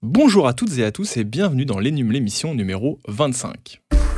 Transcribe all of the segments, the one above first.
Bonjour à toutes et à tous et bienvenue dans l'Énum, l'émission numéro 25.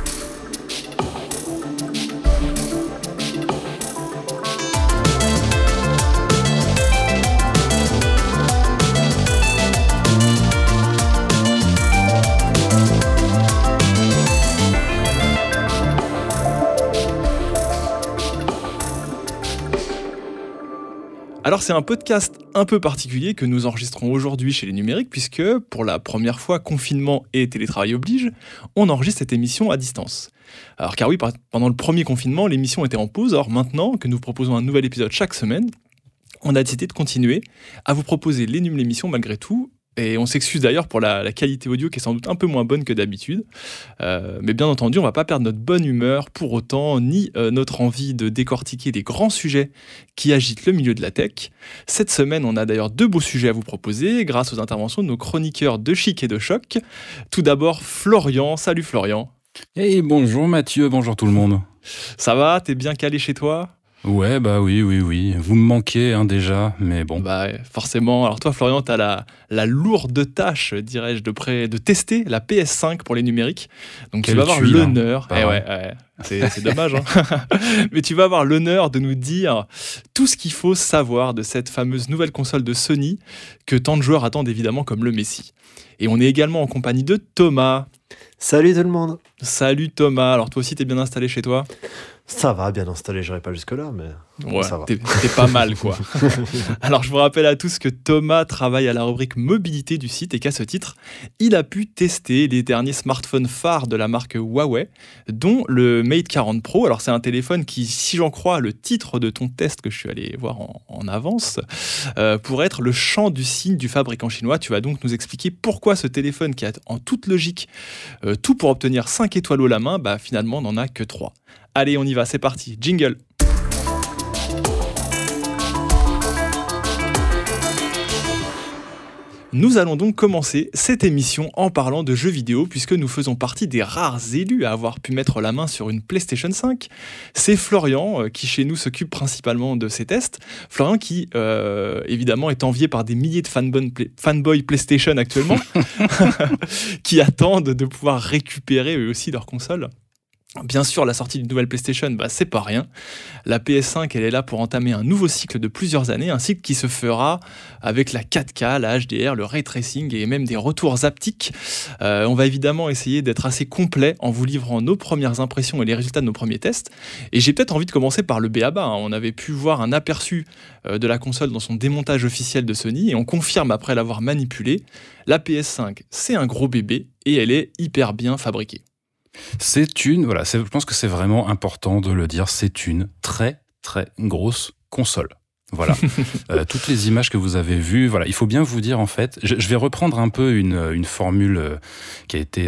Alors c'est un podcast un peu particulier que nous enregistrons aujourd'hui chez les Numériques puisque pour la première fois, confinement et télétravail oblige, on enregistre cette émission à distance. Alors car oui, pendant le premier confinement, l'émission était en pause, alors maintenant que nous proposons un nouvel épisode chaque semaine, on a décidé de continuer à vous proposer l'Énum, l'émission malgré tout. Et on s'excuse d'ailleurs pour la qualité audio qui est sans doute un peu moins bonne que d'habitude. Mais bien entendu, on ne va pas perdre notre bonne humeur pour autant, ni notre envie de décortiquer des grands sujets qui agitent le milieu de la tech. Cette semaine, on a d'ailleurs deux beaux sujets à vous proposer grâce aux interventions de nos chroniqueurs de chic et de choc. Tout d'abord, Florian. Salut Florian. Hey, bonjour Mathieu, bonjour tout le monde. Ça va ? T'es bien calé chez toi ? Ouais, bah oui. Vous me manquez déjà, mais bon. Bah forcément. Alors toi, Florian, t'as la lourde tâche, dirais-je, de tester la PS5 pour les numériques. Donc tu vas avoir l'honneur. C'est dommage, hein. Mais tu vas avoir l'honneur de nous dire tout ce qu'il faut savoir de cette fameuse nouvelle console de Sony que tant de joueurs attendent évidemment comme le Messie. Et on est également en compagnie de Thomas. Salut tout le monde. Salut Thomas. Alors toi aussi, t'es bien installé chez toi ? Ça va, bien installé, j'irai pas jusque-là, mais ouais, ça va. T'es pas mal, quoi. Alors, je vous rappelle à tous que Thomas travaille à la rubrique mobilité du site et qu'à ce titre, il a pu tester les derniers smartphones phares de la marque Huawei, dont le Mate 40 Pro. Alors, c'est un téléphone qui, si j'en crois le titre de ton test que je suis allé voir en avance, pourrait être le chant du cygne du fabricant chinois. Tu vas donc nous expliquer pourquoi ce téléphone qui a en toute logique tout pour obtenir 5 étoiles haut la main, finalement n'en a que 3. Allez, on y va, c'est parti. Jingle. Nous allons donc commencer cette émission en parlant de jeux vidéo puisque nous faisons partie des rares élus à avoir pu mettre la main sur une PlayStation 5. C'est Florian qui chez nous s'occupe principalement de ces tests. Florian qui évidemment est envié par des milliers de fanboys PlayStation actuellement qui attendent de pouvoir récupérer eux aussi leur console. Bien sûr, la sortie d'une nouvelle PlayStation, c'est pas rien. La PS5, elle est là pour entamer un nouveau cycle de plusieurs années, un cycle qui se fera avec la 4K, la HDR, le ray tracing et même des retours haptiques. On va évidemment essayer d'être assez complet en vous livrant nos premières impressions et les résultats de nos premiers tests. Et j'ai peut-être envie de commencer par le b.a.-ba. On avait pu voir un aperçu de la console dans son démontage officiel de Sony et on confirme après l'avoir manipulée. La PS5, c'est un gros bébé et elle est hyper bien fabriquée. Je pense que c'est vraiment important de le dire, c'est une très très grosse console. Voilà, toutes les images que vous avez vues, il faut bien vous dire en fait, je vais reprendre un peu une formule qui a été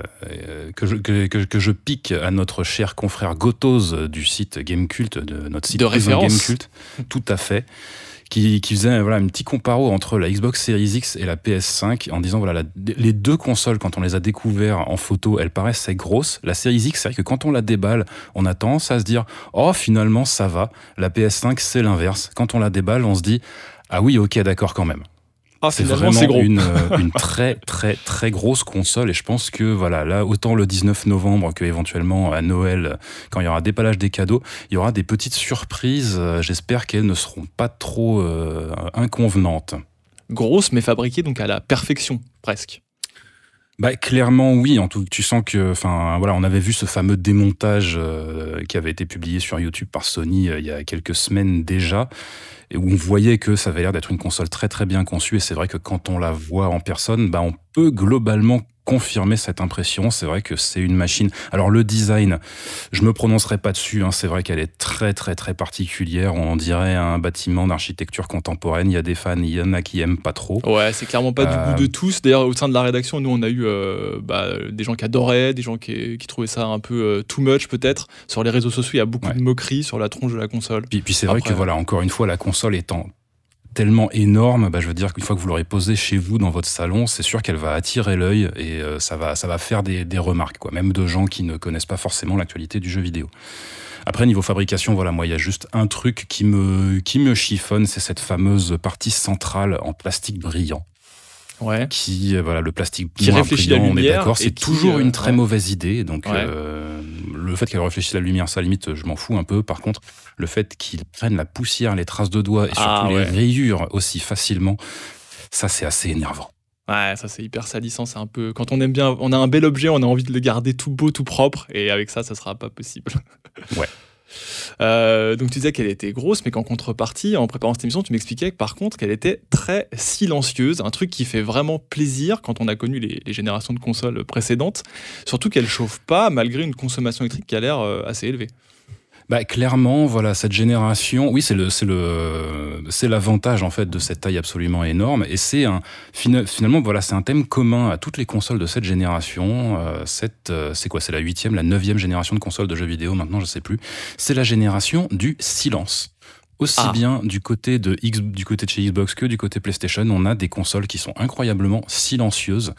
que je pique à notre cher confrère Gotoz du site Gamecult, de notre site de référence Gamecult, tout à fait. Qui faisait un petit comparo entre la Xbox Series X et la PS5 en disant les deux consoles, quand on les a découvertes en photo, elles paraissaient grosses. La Series X, c'est vrai que quand on la déballe, on a tendance à se dire « Oh, finalement, ça va ». La PS5, c'est l'inverse. Quand on la déballe, on se dit « Ah oui, ok, d'accord quand même ». C'est vraiment une très très très grosse console et je pense que là autant le 19 novembre que éventuellement à Noël quand il y aura déballage des cadeaux, il y aura des petites surprises, j'espère qu'elles ne seront pas trop inconvenantes. Grosse mais fabriquée donc à la perfection presque. Clairement oui, en tout tu sens que on avait vu ce fameux démontage qui avait été publié sur YouTube par Sony il y a quelques semaines déjà et où on voyait que ça avait l'air d'être une console très très bien conçue et c'est vrai que quand on la voit en personne, on peut globalement confirmer cette impression. C'est vrai que c'est une machine. Alors le design, je me prononcerai pas dessus, c'est vrai qu'elle est très très très particulière, on dirait un bâtiment d'architecture contemporaine. Il y a des fans, il y en a qui aiment pas trop. Ouais, c'est clairement pas du goût de tous. D'ailleurs au sein de la rédaction, nous on a eu des gens qui adoraient, des gens qui trouvaient ça un peu too much peut-être. Sur les réseaux sociaux, il y a beaucoup de moqueries sur la tronche de la console. Puis c'est vrai que encore une fois, la console étant tellement énorme, je veux dire qu'une fois que vous l'aurez posée chez vous dans votre salon, c'est sûr qu'elle va attirer l'œil et ça va faire des remarques, même de gens qui ne connaissent pas forcément l'actualité du jeu vidéo. Après, niveau fabrication, moi, il y a juste un truc qui me chiffonne, c'est cette fameuse partie centrale en plastique brillant. Ouais. qui, le plastique Qui moins réfléchit la brillant, on est lumière d'accord, et c'est qui, toujours une très ouais. mauvaise idée. Donc, Ouais. le fait qu'elle réfléchisse la lumière, ça limite, je m'en fous un peu. Par contre, le fait qu'il prenne la poussière, les traces de doigts et surtout les rayures aussi facilement, ça, c'est assez énervant. Ouais, ça c'est hyper salissant, c'est un peu... Quand on aime bien, on a un bel objet, on a envie de le garder tout beau, tout propre, et avec ça sera pas possible. Ouais. Donc tu disais qu'elle était grosse, mais qu'en contrepartie, en préparant cette émission, tu m'expliquais par contre qu'elle était très silencieuse, un truc qui fait vraiment plaisir quand on a connu les générations de consoles précédentes, surtout qu'elle chauffe pas malgré une consommation électrique qui a l'air assez élevée. Clairement, cette génération, oui, c'est l'avantage en fait de cette taille absolument énorme, et c'est finalement c'est un thème commun à toutes les consoles de cette génération. C'est quoi ? C'est la 8e, la 9e génération de consoles de jeux vidéo maintenant, je sais plus. C'est la génération du silence. Aussi bien du côté de chez Xbox que du côté PlayStation, on a des consoles qui sont incroyablement silencieuses.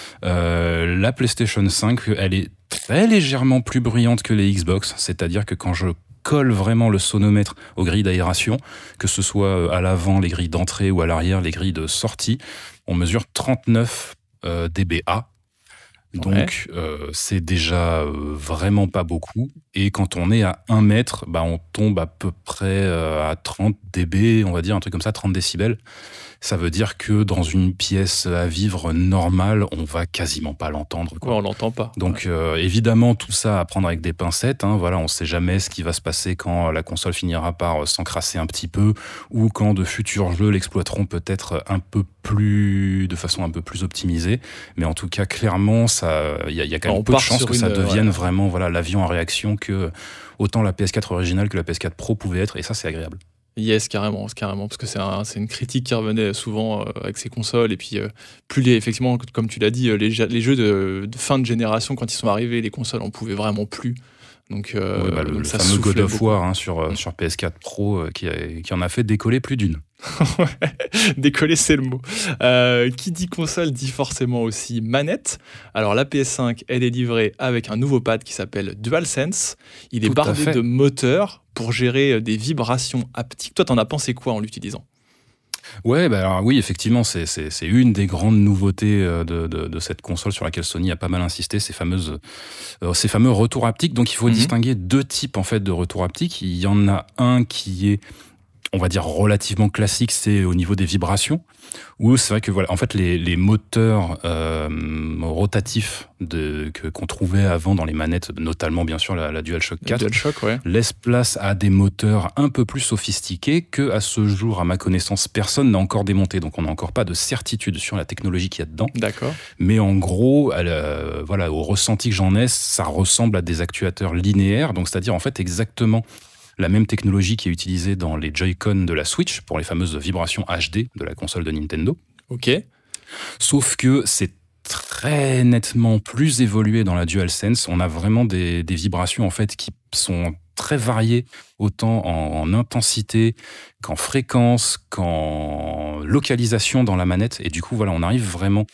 La PlayStation 5, elle est très légèrement plus bruyante que les Xbox, c'est-à-dire que quand je colle vraiment le sonomètre aux grilles d'aération, que ce soit à l'avant les grilles d'entrée ou à l'arrière les grilles de sortie, on mesure 39 dBA. Donc, c'est déjà vraiment pas beaucoup. Et quand on est à 1 mètre, on tombe à peu près à 30 dB, on va dire, un truc comme ça, 30 décibels. Ça veut dire que dans une pièce à vivre normale, on va quasiment pas l'entendre, quoi. Ouais, on l'entend pas. Donc, évidemment, tout ça à prendre avec des pincettes. On sait jamais ce qui va se passer quand la console finira par s'encrasser un petit peu, ou quand de futurs jeux l'exploiteront peut-être de façon un peu plus optimisée. Mais en tout cas, clairement, il y a quand même peu de chances que ça devienne vraiment l'avion en réaction que autant la PS4 originale que la PS4 Pro pouvait être. Et ça, c'est agréable. Yes, carrément, parce que c'est une critique qui revenait souvent avec ces consoles, et puis effectivement, comme tu l'as dit, les jeux de fin de génération, quand ils sont arrivés, les consoles en pouvaient vraiment plus. Donc, le ça fameux God of beaucoup. War sur PS4 Pro qui en a fait décoller plus d'une. Décoller, c'est le mot. Qui dit console dit forcément aussi manette. Alors la PS5, elle est livrée avec un nouveau pad qui s'appelle DualSense. Il est bardé de moteurs pour gérer des vibrations haptiques. Toi, t'en as pensé quoi en l'utilisant ? Ouais, alors oui, effectivement, c'est une des grandes nouveautés de cette console sur laquelle Sony a pas mal insisté, ces fameux retours haptiques. Donc il faut distinguer deux types en fait de retours haptiques. Il y en a un qui est, on va dire, relativement classique, c'est au niveau des vibrations, où c'est vrai que en fait les moteurs rotatifs qu'on trouvait avant dans les manettes, notamment bien sûr la DualShock 4, laissent place à des moteurs un peu plus sophistiqués que à ce jour, à ma connaissance, personne n'a encore démonté. Donc on n'a encore pas de certitude sur la technologie qu'il y a dedans. D'accord. Mais en gros, au ressenti que j'en ai, ça ressemble à des actuateurs linéaires, donc c'est-à-dire en fait exactement la même technologie qui est utilisée dans les Joy-Con de la Switch pour les fameuses vibrations HD de la console de Nintendo. Ok. Sauf que c'est très nettement plus évolué dans la DualSense. On a vraiment des vibrations en fait qui sont très variées, autant en intensité qu'en fréquence, qu'en localisation dans la manette. Et du coup, on arrive vraiment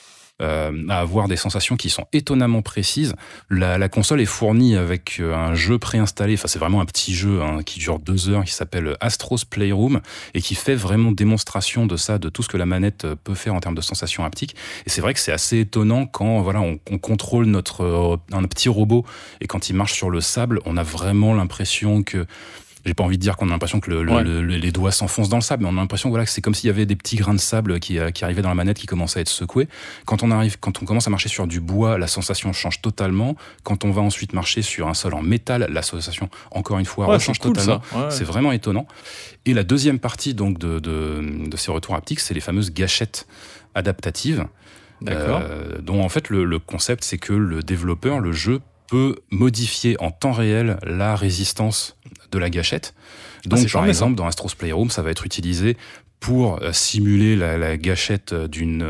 à avoir des sensations qui sont étonnamment précises. La console est fournie avec un jeu préinstallé, c'est vraiment un petit jeu qui dure 2 heures, qui s'appelle Astro's Playroom, et qui fait vraiment démonstration de ça, de tout ce que la manette peut faire en termes de sensations haptiques. Et c'est vrai que c'est assez étonnant quand on contrôle un petit robot, et quand il marche sur le sable, on a vraiment l'impression que... J'ai pas envie de dire qu'on a l'impression que les doigts s'enfoncent dans le sable, mais on a l'impression que c'est comme s'il y avait des petits grains de sable qui arrivaient dans la manette, qui commençaient à être secoués. Quand on commence à marcher sur du bois, la sensation change totalement. Quand on va ensuite marcher sur un sol en métal, la sensation, encore une fois, change totalement. C'est vraiment étonnant. Et la deuxième partie donc de ces retours haptiques, c'est les fameuses gâchettes adaptatives. D'accord. Dont en fait le concept, c'est que le développeur, le jeu, peut modifier en temps réel la résistance de la gâchette. Donc, par exemple, dans Astro's Playroom, ça va être utilisé pour simuler la gâchette d'une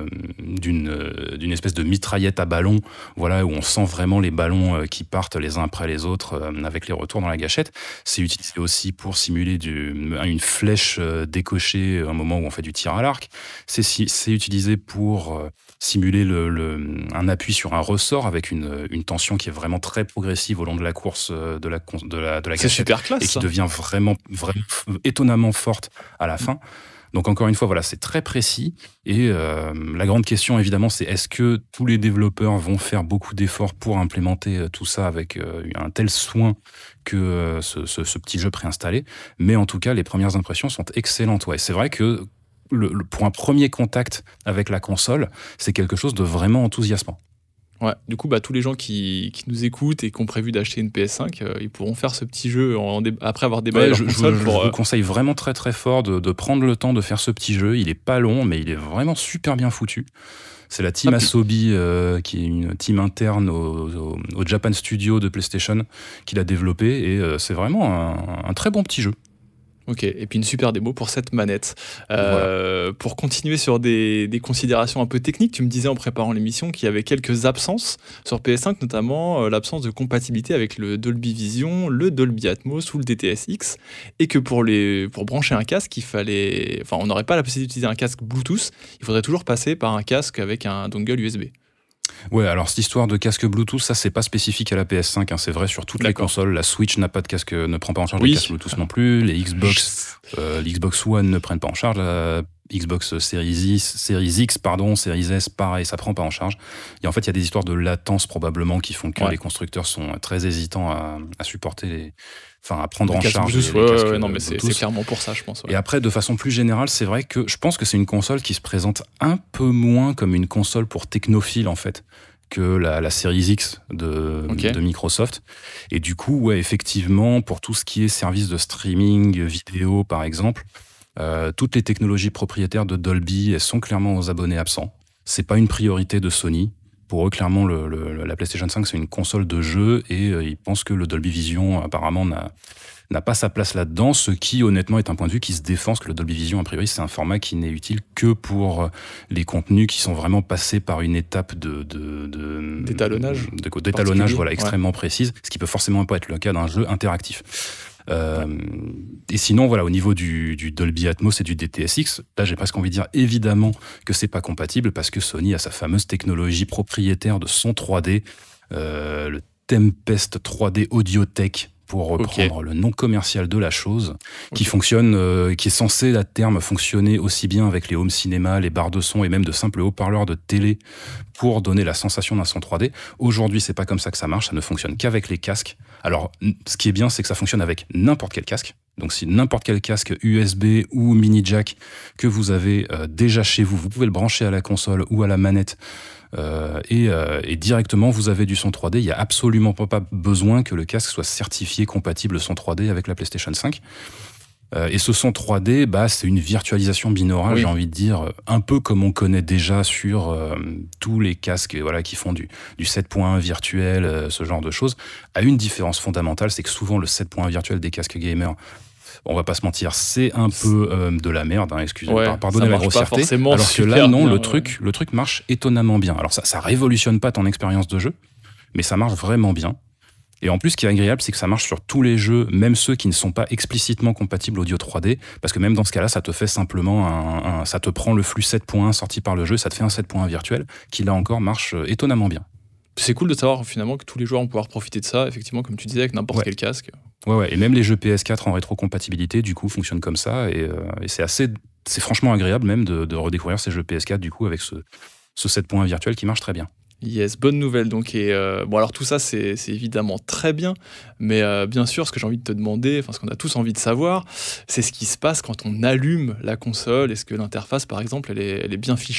espèce de mitraillette à ballon, où on sent vraiment les ballons qui partent les uns après les autres avec les retours dans la gâchette. C'est utilisé aussi pour simuler une flèche décochée au moment où on fait du tir à l'arc. C'est utilisé pour simuler un appui sur un ressort avec une tension qui est vraiment très progressive au long de la course de la gâchette. C'est super classe, et qui devient vraiment étonnamment forte à la fin. Donc encore une fois, voilà, c'est très précis. Et la grande question, évidemment, c'est est-ce que tous les développeurs vont faire beaucoup d'efforts pour implémenter tout ça avec un tel soin que ce petit jeu préinstallé. Mais en tout cas, les premières impressions sont excellentes. Ouais, c'est vrai que pour un premier contact avec la console, c'est quelque chose de vraiment enthousiasmant. Ouais, du coup, tous les gens qui nous écoutent et qui ont prévu d'acheter une PS5, ils pourront faire ce petit jeu après avoir déballé leur console. Je vous conseille vraiment très très fort de prendre le temps de faire ce petit jeu. Il est pas long, mais il est vraiment super bien foutu. C'est la team Asobi, qui est une team interne au Japan Studio de PlayStation, qui l'a développé, et c'est vraiment un très bon petit jeu. Ok, et puis une super démo pour cette manette. Voilà. Pour continuer sur des considérations un peu techniques, tu me disais en préparant l'émission qu'il y avait quelques absences sur PS5, notamment l'absence de compatibilité avec le Dolby Vision, le Dolby Atmos ou le DTS-X, et que pour brancher un casque, on n'aurait pas la possibilité d'utiliser un casque Bluetooth, il faudrait toujours passer par un casque avec un dongle USB. Ouais, alors cette histoire de casque Bluetooth, ça c'est pas spécifique à la PS5, c'est vrai sur toutes les consoles. La Switch n'a pas de casque, ne prend pas en charge les casques Bluetooth non plus. Les Xbox, l'Xbox One ne prennent pas en charge. La Xbox Series X, Series S, pareil, ça prend pas en charge. Et en fait, il y a des histoires de latence probablement qui font que les constructeurs sont très hésitants à supporter à prendre en charge les casques. Non, mais c'est clairement pour ça, je pense. Ouais. Et après, de façon plus générale, c'est vrai que je pense que c'est une console qui se présente un peu moins comme une console pour technophiles, en fait, que la Series X de Microsoft. Et du coup, ouais, effectivement, pour tout ce qui est service de streaming, vidéo, par exemple, toutes les technologies propriétaires de Dolby, elles sont clairement aux abonnés absents. C'est pas une priorité de Sony. Pour eux, clairement, la PlayStation 5, c'est une console de jeu, et ils pensent que le Dolby Vision, apparemment, n'a pas sa place là-dedans, ce qui, honnêtement, est un point de vue qui se défend, parce que le Dolby Vision, a priori, c'est un format qui n'est utile que pour les contenus qui sont vraiment passés par une étape d'étalonnage, extrêmement précise, ce qui peut forcément pas être le cas d'un jeu interactif. Et sinon, voilà, au niveau du Dolby Atmos et du DTS-X, là, j'ai presque envie de dire évidemment que c'est pas compatible, parce que Sony a sa fameuse technologie propriétaire de son 3D, le Tempest 3D Audiotech, pour reprendre le nom commercial de la chose, qui fonctionne, qui est censé à terme fonctionner aussi bien avec les home cinéma, les barres de son et même de simples haut-parleurs de télé pour donner la sensation d'un son 3D. Aujourd'hui, c'est pas comme ça que ça marche, ça ne fonctionne qu'avec les casques. Alors, ce qui est bien, c'est que ça fonctionne avec n'importe quel casque. Donc, si n'importe quel casque USB ou mini jack que vous avez déjà chez vous, vous pouvez le brancher à la console ou à la manette. Et directement vous avez du son 3D. Il n'y a absolument pas besoin que le casque soit certifié compatible son 3D avec la PlayStation 5. Et ce son 3D, c'est une virtualisation binaurale, j'ai envie de dire, un peu comme on connaît déjà sur tous les casques qui font du 7.1 virtuel, ce genre de choses, à une différence fondamentale, c'est que souvent le 7.1 virtuel des casques gamers, on va pas se mentir, c'est un peu de la merde, excusez-moi, pardonnez la grossièreté. Alors que là, non, le truc marche étonnamment bien. Alors ça révolutionne pas ton expérience de jeu, mais ça marche vraiment bien. Et en plus, ce qui est agréable, c'est que ça marche sur tous les jeux, même ceux qui ne sont pas explicitement compatibles audio 3D, parce que même dans ce cas-là, ça te fait simplement ça te prend le flux 7.1 sorti par le jeu, ça te fait un 7.1 virtuel, qui là encore marche étonnamment bien. C'est cool de savoir finalement que tous les joueurs vont pouvoir profiter de ça, effectivement, comme tu disais, avec n'importe quel casque. Ouais, et même les jeux PS4 en rétrocompatibilité, du coup, fonctionnent comme ça, et c'est franchement agréable même de redécouvrir ces jeux PS4, du coup, avec ce 7.1 virtuel qui marche très bien. Yes, bonne nouvelle. Donc, alors tout ça, c'est évidemment très bien, mais bien sûr, ce que j'ai envie de te demander, ce qu'on a tous envie de savoir, c'est ce qui se passe quand on allume la console. Est-ce que l'interface, par exemple, elle est bien fichue ?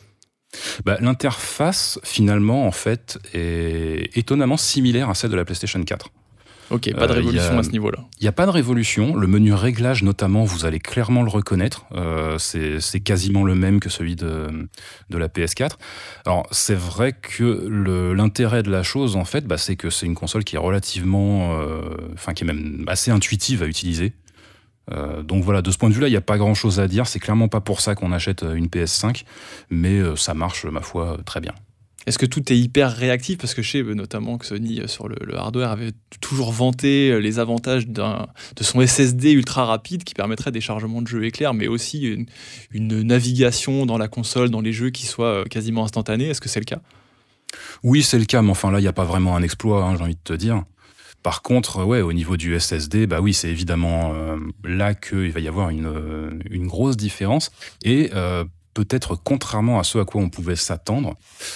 L'interface, finalement, en fait, est étonnamment similaire à celle de la PlayStation 4. Ok, pas de révolution à ce niveau-là. Il n'y a pas de révolution. Le menu réglage, notamment, vous allez clairement le reconnaître. C'est quasiment le même que celui de la PS4. Alors, c'est vrai que l'intérêt de la chose, en fait, c'est que c'est une console qui est relativement... qui est même assez intuitive à utiliser. Donc voilà, de ce point de vue-là, il n'y a pas grand-chose à dire. C'est clairement pas pour ça qu'on achète une PS5, mais ça marche, ma foi, très bien. Est-ce que tout est hyper réactif ? Parce que je sais notamment que Sony, sur le hardware, avait toujours vanté les avantages de son SSD ultra rapide qui permettrait des chargements de jeux éclairs, mais aussi une navigation dans la console, dans les jeux qui soit quasiment instantanée. Est-ce que c'est le cas ? Oui, c'est le cas, mais enfin là, il n'y a pas vraiment un exploit, j'ai envie de te dire. Par contre, au niveau du SSD, bah oui, c'est évidemment là qu'il va y avoir une grosse différence. Et peut-être contrairement à ce à quoi on pouvait s'attendre,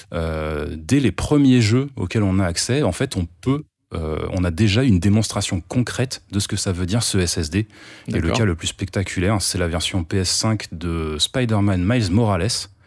dès les premiers jeux auxquels on a accès, en fait, on a déjà une démonstration concrète de ce que ça veut dire ce SSD. D'accord. Et le cas le plus spectaculaire, c'est la version PS5 de Spider-Man Miles Morales,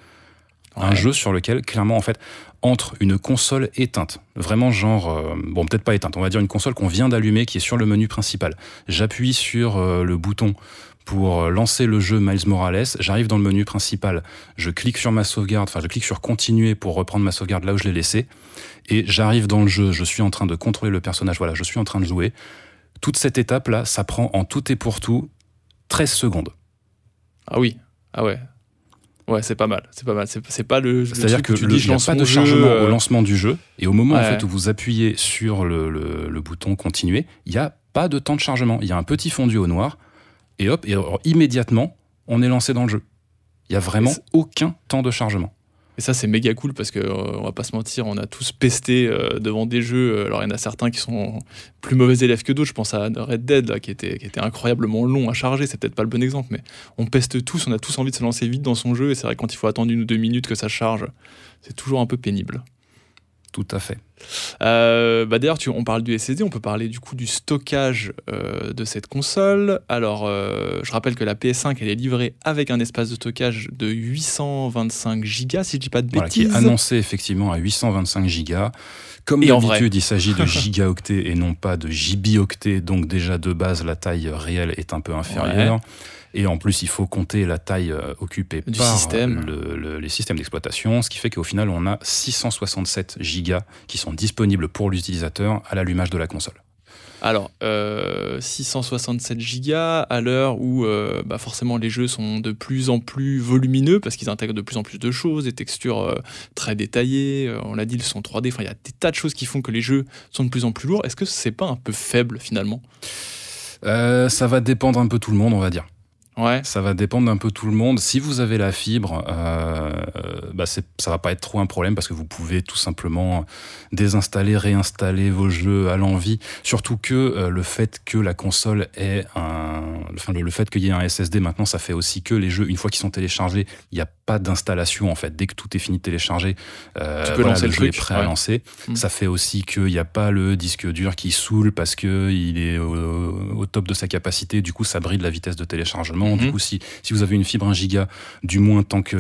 un jeu sur lequel, clairement, en fait, entre une console éteinte, vraiment genre, peut-être pas éteinte, on va dire une console qu'on vient d'allumer, qui est sur le menu principal. J'appuie sur le bouton pour lancer le jeu Miles Morales, j'arrive dans le menu principal, je clique sur ma sauvegarde, je clique sur continuer pour reprendre ma sauvegarde là où je l'ai laissée, et j'arrive dans le jeu, je suis en train de contrôler le personnage, je suis en train de jouer. Toute cette étape-là, ça prend en tout et pour tout 13 secondes. Ah oui, ah ouais. Ouais, c'est pas mal. C'est pas C'est-à-dire que il n'y a pas de chargement au lancement du jeu, et au moment en fait, où vous appuyez sur le bouton continuer, il n'y a pas de temps de chargement. Il y a un petit fondu au noir, et hop, et immédiatement, on est lancé dans le jeu. Il n'y a vraiment aucun temps de chargement. Et ça, c'est méga cool parce qu'on va pas se mentir, on a tous pesté devant des jeux. Alors, il y en a certains qui sont plus mauvais élèves que d'autres. Je pense à Red Dead, là, qui était incroyablement long à charger. C'est peut-être pas le bon exemple, mais on peste tous. On a tous envie de se lancer vite dans son jeu. Et c'est vrai que quand il faut attendre 1 ou 2 minutes que ça charge, c'est toujours un peu pénible. Tout à fait. D'ailleurs, on parle du SSD, on peut parler du coup du stockage de cette console. Alors, je rappelle que la PS5, elle est livrée avec un espace de stockage de 825 Go, si je dis pas de bêtises. Qui est annoncé effectivement à 825 Go. Comme d'habitude, il s'agit de gigaoctets et non pas de gibioctets, donc déjà de base, la taille réelle est un peu inférieure. Ouais. Et en plus, il faut compter la taille occupée du par système. Les systèmes d'exploitation, ce qui fait qu'au final, on a 667 gigas qui sont disponibles pour l'utilisateur à l'allumage de la console. Alors, 667 gigas à l'heure où forcément les jeux sont de plus en plus volumineux parce qu'ils intègrent de plus en plus de choses, des textures très détaillées, on l'a dit, ils sont 3D, il y a des tas de choses qui font que les jeux sont de plus en plus lourds. Est-ce que c'est pas un peu faible finalement ? Ça va dépendre un peu tout le monde, on va dire. Ouais. Ça va dépendre d'un peu tout le monde. Si vous avez la fibre, ça va pas être trop un problème parce que vous pouvez tout simplement désinstaller, réinstaller vos jeux à l'envi. Surtout que le fait que la console ait le fait qu'il y ait un SSD maintenant, ça fait aussi que les jeux, une fois qu'ils sont téléchargés, il n'y a pas d'installation en fait. Dès que tout est fini de télécharger, tu peux lancer le jeu truc, est prêt à lancer. Ça fait aussi qu'il n'y a pas le disque dur qui saoule parce que il est au top de sa capacité. Du coup, ça bride la vitesse de téléchargement. Du coup, si vous avez une fibre 1 giga, du moins tant que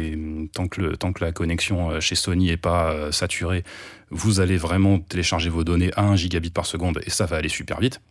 la connexion chez Sony est pas saturée, vous allez vraiment télécharger vos données à 1 gigabit par seconde et ça va aller super vite.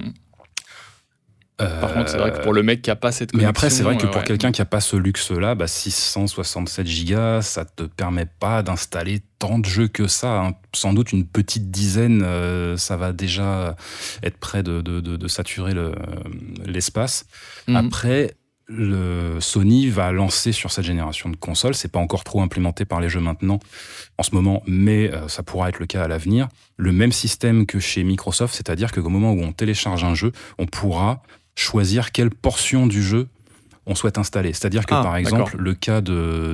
Par contre, c'est vrai que pour le mec qui n'a pas cette connexion... Mais après, c'est vrai que pour quelqu'un qui n'a pas ce luxe-là, 667 gigas, ça te permet pas d'installer tant de jeux que ça. Hein. Sans doute une petite dizaine, ça va déjà être prêt de saturer l'espace. Après, le Sony va lancer sur cette génération de consoles, c'est pas encore trop implémenté par les jeux maintenant, en ce moment, mais ça pourra être le cas à l'avenir, le même système que chez Microsoft, c'est-à-dire qu'au moment où on télécharge un jeu, on pourra choisir quelle portion du jeu on souhaite installer. C'est-à-dire que, par exemple, le cas le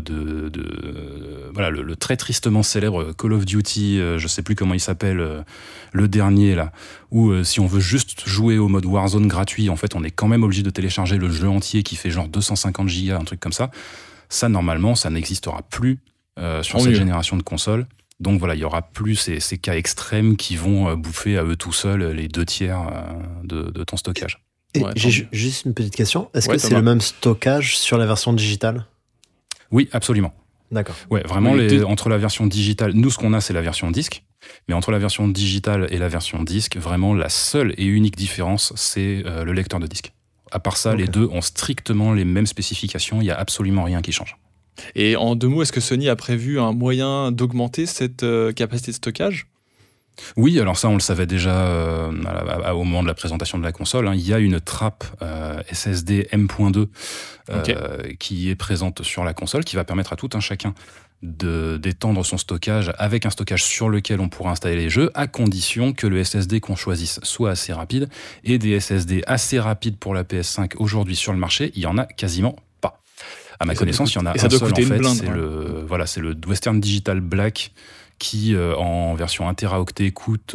très tristement célèbre Call of Duty, je sais plus comment il s'appelle, le dernier, là, où si on veut juste jouer au mode Warzone gratuit, en fait, on est quand même obligé de télécharger le jeu entier qui fait genre 250 gigas, un truc comme ça. Ça, normalement, ça n'existera plus sur cette génération de consoles. Donc voilà, il y aura plus ces cas extrêmes qui vont bouffer à eux tout seuls les 2/3 de ton stockage. Et j'ai juste une petite question. Est-ce que c'est le même stockage sur la version digitale ? Oui, absolument. D'accord. Ouais, vraiment, entre la version digitale, nous, ce qu'on a, c'est la version disque. Mais entre la version digitale et la version disque, vraiment, la seule et unique différence, c'est le lecteur de disque. À part ça, les deux ont strictement les mêmes spécifications. Il n'y a absolument rien qui change. Et en 2 mots, est-ce que Sony a prévu un moyen d'augmenter cette capacité de stockage ? Oui, alors ça on le savait déjà au moment de la présentation de la console. Il y a une trappe SSD M.2 qui est présente sur la console, qui va permettre à tout un chacun d'étendre son stockage avec un stockage sur lequel on pourra installer les jeux, à condition que le SSD qu'on choisisse soit assez rapide. Et des SSD assez rapides pour la PS5 aujourd'hui sur le marché, il y en a quasiment pas. À ma connaissance, il y en a un seul en fait, c'est le Western Digital Black qui en version 1 Teraoctet coûte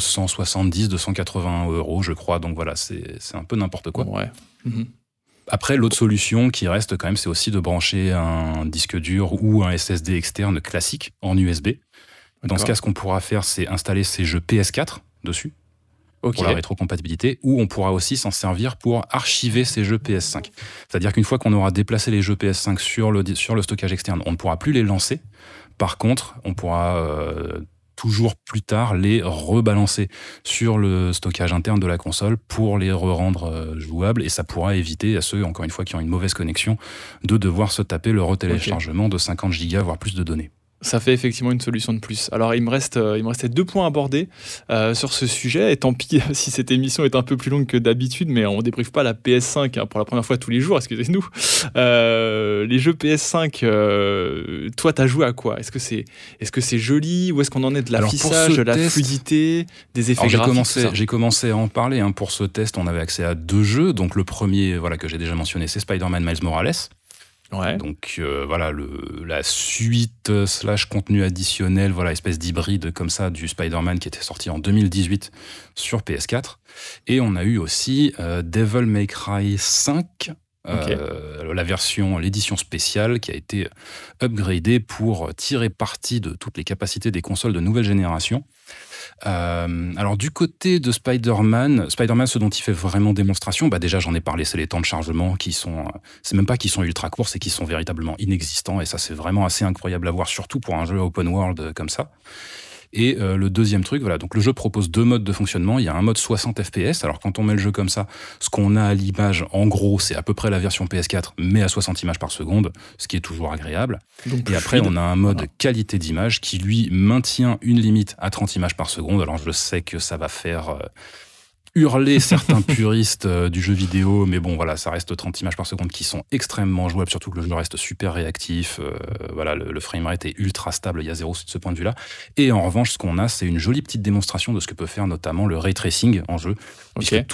270-280 €, je crois. Donc voilà, c'est un peu n'importe quoi. Ouais. Après, l'autre solution qui reste quand même, c'est aussi de brancher un disque dur ou un SSD externe classique en USB. Dans ce cas, ce qu'on pourra faire, c'est installer ces jeux PS4 dessus. Pour la rétrocompatibilité, ou on pourra aussi s'en servir pour archiver ces jeux PS5. C'est-à-dire qu'une fois qu'on aura déplacé les jeux PS5 sur le stockage externe, on ne pourra plus les lancer. Par contre, on pourra toujours plus tard les rebalancer sur le stockage interne de la console pour les re-rendre jouables, et ça pourra éviter à ceux, encore une fois, qui ont une mauvaise connexion, de devoir se taper le retéléchargement de 50 Go, voire plus de données. Ça fait effectivement une solution de plus. Alors, il me restait 2 points à aborder sur ce sujet. Et tant pis si cette émission est un peu plus longue que d'habitude, mais on ne débriefe pas la PS5 pour la première fois tous les jours, excusez-nous. Les jeux PS5, toi, t'as joué à quoi ? Est-ce que c'est joli ? Où est-ce qu'on en est de l'affichage, de la fluidité, des effets graphiques ? J'ai commencé à en parler. Pour ce test, on avait accès à 2 jeux. Donc, le premier, que j'ai déjà mentionné, c'est Spider-Man Miles Morales. Ouais. Donc la suite / contenu additionnel, espèce d'hybride comme ça du Spider-Man qui était sorti en 2018 sur PS4. Et on a eu aussi Devil May Cry 5, l'édition spéciale qui a été upgradée pour tirer parti de toutes les capacités des consoles de nouvelle génération. Alors du côté de Spider-Man, ce dont il fait vraiment démonstration, déjà j'en ai parlé, c'est les temps de chargement qui sont, c'est même pas qu'ils sont ultra courts, c'est qu'ils sont véritablement inexistants, et ça c'est vraiment assez incroyable à voir, surtout pour un jeu open world comme ça. Et le deuxième truc, donc le jeu propose 2 modes de fonctionnement. Il y a un mode 60 FPS. Alors quand on met le jeu comme ça, ce qu'on a à l'image, en gros, c'est à peu près la version PS4, mais à 60 images par seconde, ce qui est toujours agréable. Donc, et après, on a un mode qualité d'image qui, lui, maintient une limite à 30 images par seconde. Alors je sais que ça va faire hurler certains puristes du jeu vidéo, mais bon, ça reste 30 images par seconde qui sont extrêmement jouables, surtout que le jeu reste super réactif. Le framerate est ultra stable, il y a 0 de ce point de vue-là. Et en revanche, ce qu'on a, c'est une jolie petite démonstration de ce que peut faire notamment le ray tracing en jeu. Puisque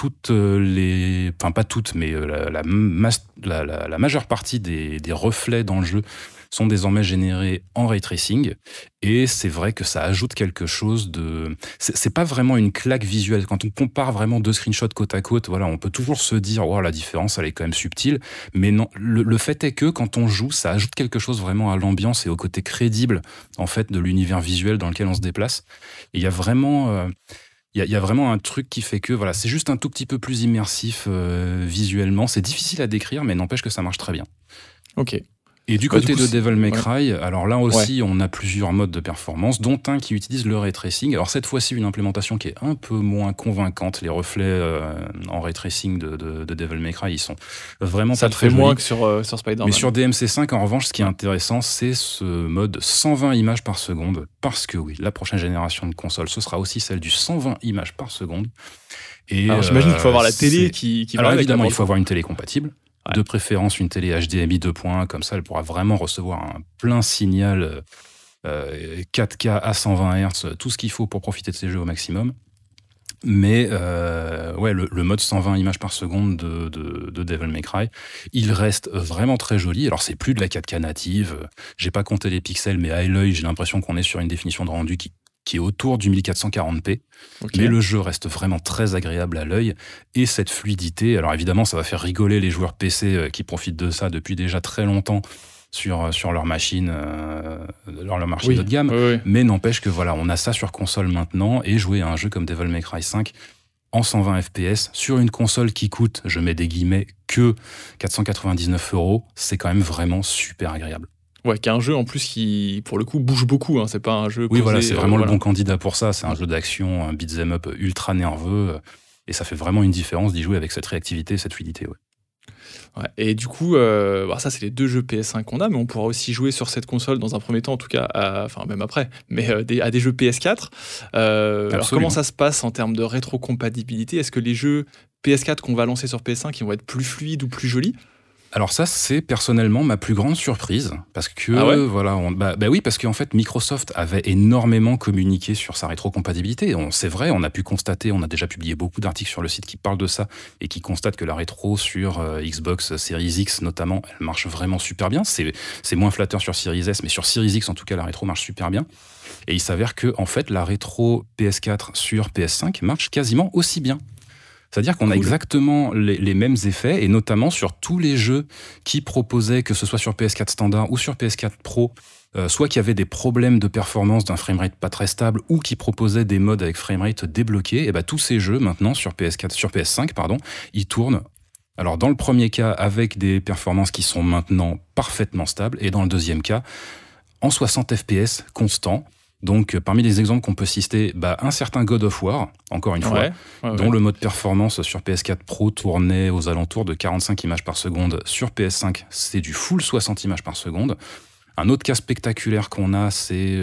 pas toutes, mais la majeure partie des reflets dans le jeu sont désormais générés en ray tracing, et c'est vrai que ça ajoute quelque chose de... C'est pas vraiment une claque visuelle. Quand on compare vraiment 2 screenshots côte à côte, on peut toujours se dire la différence elle est quand même subtile, mais non, le fait est que quand on joue, ça ajoute quelque chose vraiment à l'ambiance et au côté crédible en fait de l'univers visuel dans lequel on se déplace. Et il y a vraiment... Il y a vraiment un truc qui fait que c'est juste un tout petit peu plus immersif visuellement. C'est difficile à décrire, mais n'empêche que ça marche très bien. Ok. Et du côté de Devil May Cry, alors là aussi, on a plusieurs modes de performance, dont un qui utilise le ray tracing. Alors cette fois-ci, une implémentation qui est un peu moins convaincante. Les reflets en ray tracing de Devil May Cry, ils sont vraiment ça pas très jolis. Ça fait moins que sur Mais Spider-Man. sur DMC5, en revanche, ce qui est intéressant, c'est ce mode 120 images par seconde, parce que oui, la prochaine génération de consoles, ce sera aussi celle du 120 images par seconde. Et alors j'imagine qu'il faut avoir la télé qui alors évidemment, il faut avoir une télé compatible. De préférence une télé HDMI 2.1, comme ça elle pourra vraiment recevoir un plein signal 4K à 120 Hz, tout ce qu'il faut pour profiter de ces jeux au maximum. Mais le mode 120 images par seconde de Devil May Cry, il reste vraiment très joli. Alors c'est plus de la 4K native, j'ai pas compté les pixels, mais à l'œil j'ai l'impression qu'on est sur une définition de rendu qui est autour du 1440p, mais le jeu reste vraiment très agréable à l'œil, et cette fluidité, alors évidemment ça va faire rigoler les joueurs PC qui profitent de ça depuis déjà très longtemps sur leur machine, leur machine haut de gamme, mais n'empêche que on a ça sur console maintenant, et jouer à un jeu comme Devil May Cry 5 en 120 FPS sur une console qui coûte, je mets des guillemets, que 499 €, c'est quand même vraiment super agréable. Ouais, qui est un jeu en plus qui, pour le coup, bouge beaucoup. C'est pas un jeu. Oui, c'est vraiment le bon candidat pour ça. C'est un jeu d'action, un beat'em up ultra nerveux, et ça fait vraiment une différence d'y jouer avec cette réactivité, cette fluidité. Ouais. Et du coup, ça c'est les 2 jeux PS5 qu'on a, mais on pourra aussi jouer sur cette console dans un premier temps, en tout cas, même après, mais à des jeux PS4. Alors comment ça se passe en termes de rétrocompatibilité ? Est-ce que les jeux PS4 qu'on va lancer sur PS5 ils vont être plus fluides ou plus jolis ? Alors ça, c'est personnellement ma plus grande surprise, parce que oui, parce qu'en fait Microsoft avait énormément communiqué sur sa rétrocompatibilité. C'est vrai, on a pu constater, on a déjà publié beaucoup d'articles sur le site qui parlent de ça et qui constatent que la rétro sur Xbox Series X notamment, elle marche vraiment super bien. C'est moins flatteur sur Series S, mais sur Series X en tout cas, la rétro marche super bien. Et il s'avère que en fait la rétro PS4 sur PS5 marche quasiment aussi bien. C'est-à-dire qu'on a exactement les mêmes effets, et notamment sur tous les jeux qui proposaient, que ce soit sur PS4 standard ou sur PS4 Pro, soit qu'il y avait des problèmes de performance d'un framerate pas très stable, ou qui proposaient des modes avec framerate débloqué, et ben tous ces jeux maintenant sur PS5, ils tournent. Alors dans le premier cas avec des performances qui sont maintenant parfaitement stables, et dans le deuxième cas en 60 FPS constant. Donc, parmi les exemples qu'on peut citer, un certain God of War, encore une fois, dont le mode performance sur PS4 Pro tournait aux alentours de 45 images par seconde. Sur PS5, c'est du full 60 images par seconde. Un autre cas spectaculaire qu'on a, c'est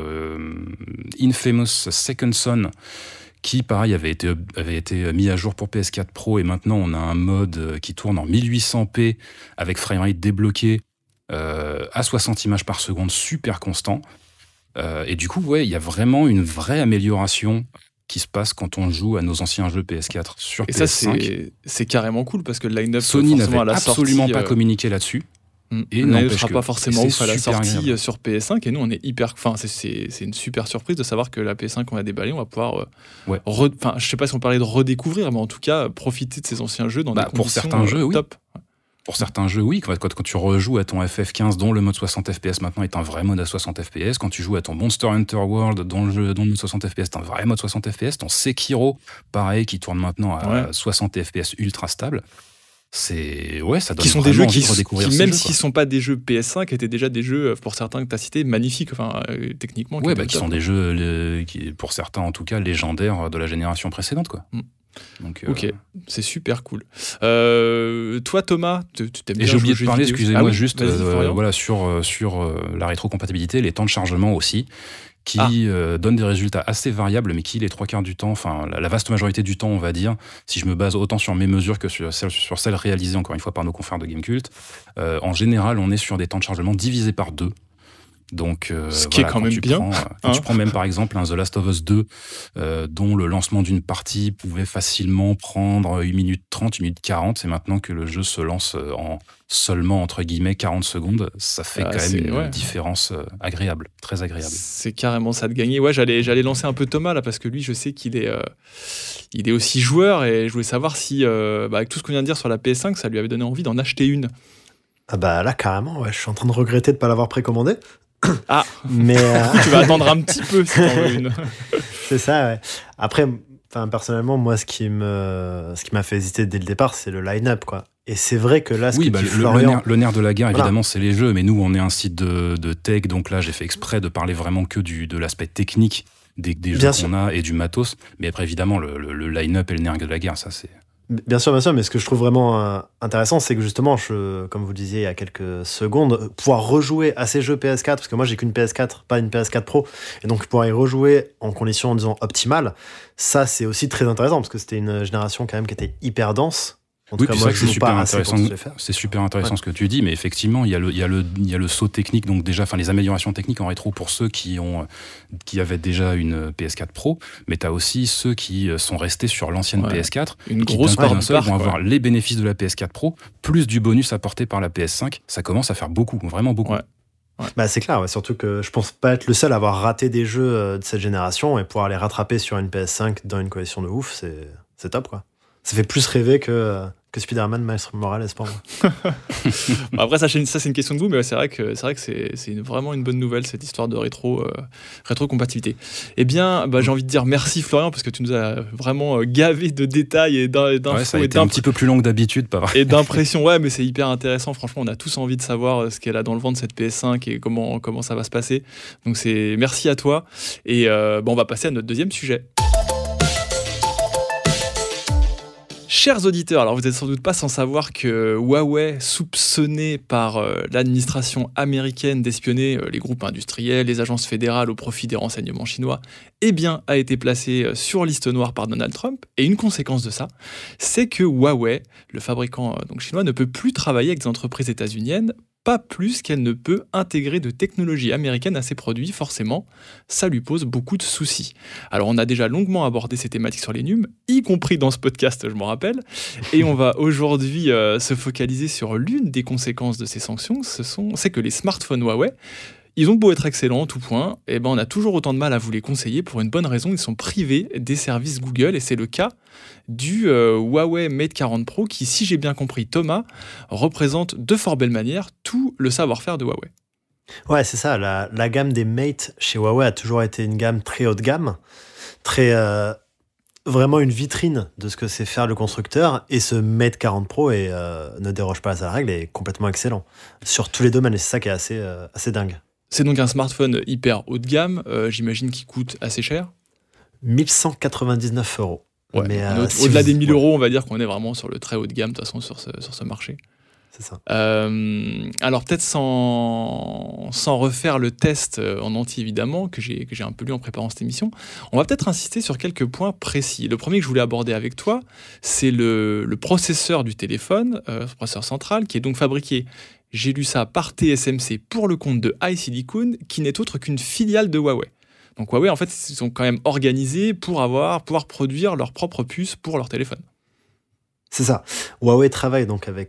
Infamous Second Son, qui, pareil, avait été mis à jour pour PS4 Pro, et maintenant on a un mode qui tourne en 1800p avec framerate débloqué à 60 images par seconde, super constant. Et du coup, il y a vraiment une vraie amélioration qui se passe quand on joue à nos anciens jeux PS4 sur PS5. Et ça, c'est carrément cool, parce que le line-up, Sony n'avait absolument pas communiqué là-dessus. Et ne sera pas forcément ouf à la sortie agréable sur PS5, et nous on est hyper. Enfin, c'est une super surprise de savoir que la PS5 qu'on va déballer, on va pouvoir. Je sais pas si on parlait de redécouvrir, mais en tout cas profiter de ces anciens jeux dans des conditions pour certains jeux, top. Oui. Pour certains jeux, oui. Quand tu rejoues à ton FF15, dont le mode 60 FPS maintenant est un vrai mode à 60 FPS, quand tu joues à ton Monster Hunter World, dont le mode 60 FPS est un vrai mode 60 FPS, ton Sekiro, pareil, qui tourne maintenant à 60 FPS ultra stable. Ça donne qui sont des jeux qui même s'ils sont pas des jeux PS5, étaient déjà des jeux, pour certains que tu as cités, magnifiques, techniquement. Qui sont des jeux, pour certains en tout cas, légendaires de la génération précédente, quoi. Donc, ok, c'est super cool. Toi, Thomas, tu t'aimes bien. Et j'ai oublié de parler, excusez-moi, sur la rétrocompatibilité, les temps de chargement aussi, qui donnent des résultats assez variables, mais qui, les 3/4 du temps, enfin la vaste majorité du temps, on va dire, si je me base autant sur mes mesures que sur celles réalisées, encore une fois, par nos confrères de Gamecult, en général, on est sur des temps de chargement divisés par 2. Donc, ce qui est quand même bien. Quand tu prends même par exemple un The Last of Us 2, dont le lancement d'une partie pouvait facilement prendre 1 minute 30, 1 minute 40, et maintenant que le jeu se lance en seulement entre guillemets 40 secondes, ça fait quand même une différence agréable, très agréable. C'est carrément ça de gagner. Ouais, j'allais lancer un peu Thomas là, parce que lui, je sais qu'il est aussi joueur, et je voulais savoir si, avec tout ce qu'on vient de dire sur la PS5, ça lui avait donné envie d'en acheter une. Ah bah là, carrément, je suis en train de regretter de ne pas l'avoir précommandé. Ah, mais tu vas attendre un petit peu si t'en veux une. C'est ça, ouais. Après, personnellement, moi, ce qui m'a fait hésiter dès le départ, c'est le line-up, quoi. Et c'est vrai que là, le nerf de la guerre, évidemment, c'est les jeux. Mais nous, on est un site de tech, donc là, j'ai fait exprès de parler vraiment que de l'aspect technique des jeux qu'on a et du matos. Mais après, évidemment, le line-up et le nerf de la guerre, ça, c'est... Bien sûr, mais ce que je trouve vraiment intéressant, c'est que justement, comme vous le disiez il y a quelques secondes, pouvoir rejouer à ces jeux PS4, parce que moi j'ai qu'une PS4, pas une PS4 Pro, et donc pouvoir y rejouer en conditions, disons, optimales, ça c'est aussi très intéressant, parce que c'était une génération quand même qui était hyper dense. Oui, puis c'est vrai que c'est super intéressant. C'est super intéressant ce que tu dis, mais effectivement, il y a le saut technique, donc déjà, les améliorations techniques en rétro pour ceux qui avaient déjà une PS4 Pro, mais tu as aussi ceux qui sont restés sur l'ancienne PS4, une grosse part d'un seul vont avoir les bénéfices de la PS4 Pro, plus du bonus apporté par la PS5. Ça commence à faire beaucoup, vraiment beaucoup. Ouais. C'est clair, surtout que je pense pas être le seul à avoir raté des jeux de cette génération, et pouvoir les rattraper sur une PS5 dans une condition de ouf, c'est top, quoi. Ça fait plus rêver que Spider-Man Miles Morales pour moi. Après, ça c'est une question de goût, mais c'est vrai que c'est vraiment une bonne nouvelle, cette histoire de rétrocompatibilité. Eh bien, j'ai envie de dire merci Florian, parce que tu nous as vraiment gavé de détails et d'infos. Ça a été un petit peu plus long que d'habitude, pas vrai. Et d'impressions, mais c'est hyper intéressant. Franchement, on a tous envie de savoir ce qu'elle a dans le ventre, cette PS5, et comment ça va se passer. Donc merci à toi. Et on va passer à notre deuxième sujet. Chers auditeurs, alors vous n'êtes sans doute pas sans savoir que Huawei, soupçonné par l'administration américaine d'espionner les groupes industriels, les agences fédérales au profit des renseignements chinois, eh bien, a été placé sur liste noire par Donald Trump. Et une conséquence de ça, c'est que Huawei, le fabricant donc chinois, ne peut plus travailler avec des entreprises états-uniennes, pas plus qu'elle ne peut intégrer de technologie américaine à ses produits. Forcément, ça lui pose beaucoup de soucis. Alors, on a déjà longuement abordé ces thématiques sur les NUM, y compris dans ce podcast, je m'en rappelle, et on va aujourd'hui se focaliser sur l'une des conséquences de ces sanctions, c'est que les smartphones Huawei, ils ont beau être excellents en tout point, et ben on a toujours autant de mal à vous les conseiller pour une bonne raison, ils sont privés des services Google, et c'est le cas du Huawei Mate 40 Pro qui, si j'ai bien compris Thomas, représente de fort belle manière tout le savoir-faire de Huawei. Ouais, c'est ça, la gamme des Mate chez Huawei a toujours été une gamme très haut de gamme, très vraiment une vitrine de ce que sait faire le constructeur, et ce Mate 40 Pro ne déroge pas à sa règle et est complètement excellent sur tous les domaines, et c'est ça qui est assez dingue. C'est donc un smartphone hyper haut de gamme, j'imagine qu'il coûte assez cher. 1199 €. Ouais, mais au-delà des 1000 €, on va dire qu'on est vraiment sur le très haut de gamme de toute façon sur ce marché. C'est ça. Alors peut-être sans refaire le test en entier évidemment, que j'ai un peu lu en préparant cette émission, on va peut-être insister sur quelques points précis. Le premier que je voulais aborder avec toi, c'est le processeur du téléphone, le processeur central, qui est donc fabriqué, j'ai lu ça, par TSMC pour le compte de HiSilicon, qui n'est autre qu'une filiale de Huawei. Donc Huawei, en fait, ils sont quand même organisés pour pouvoir produire leurs propres puces pour leur téléphone. C'est ça. Huawei travaillait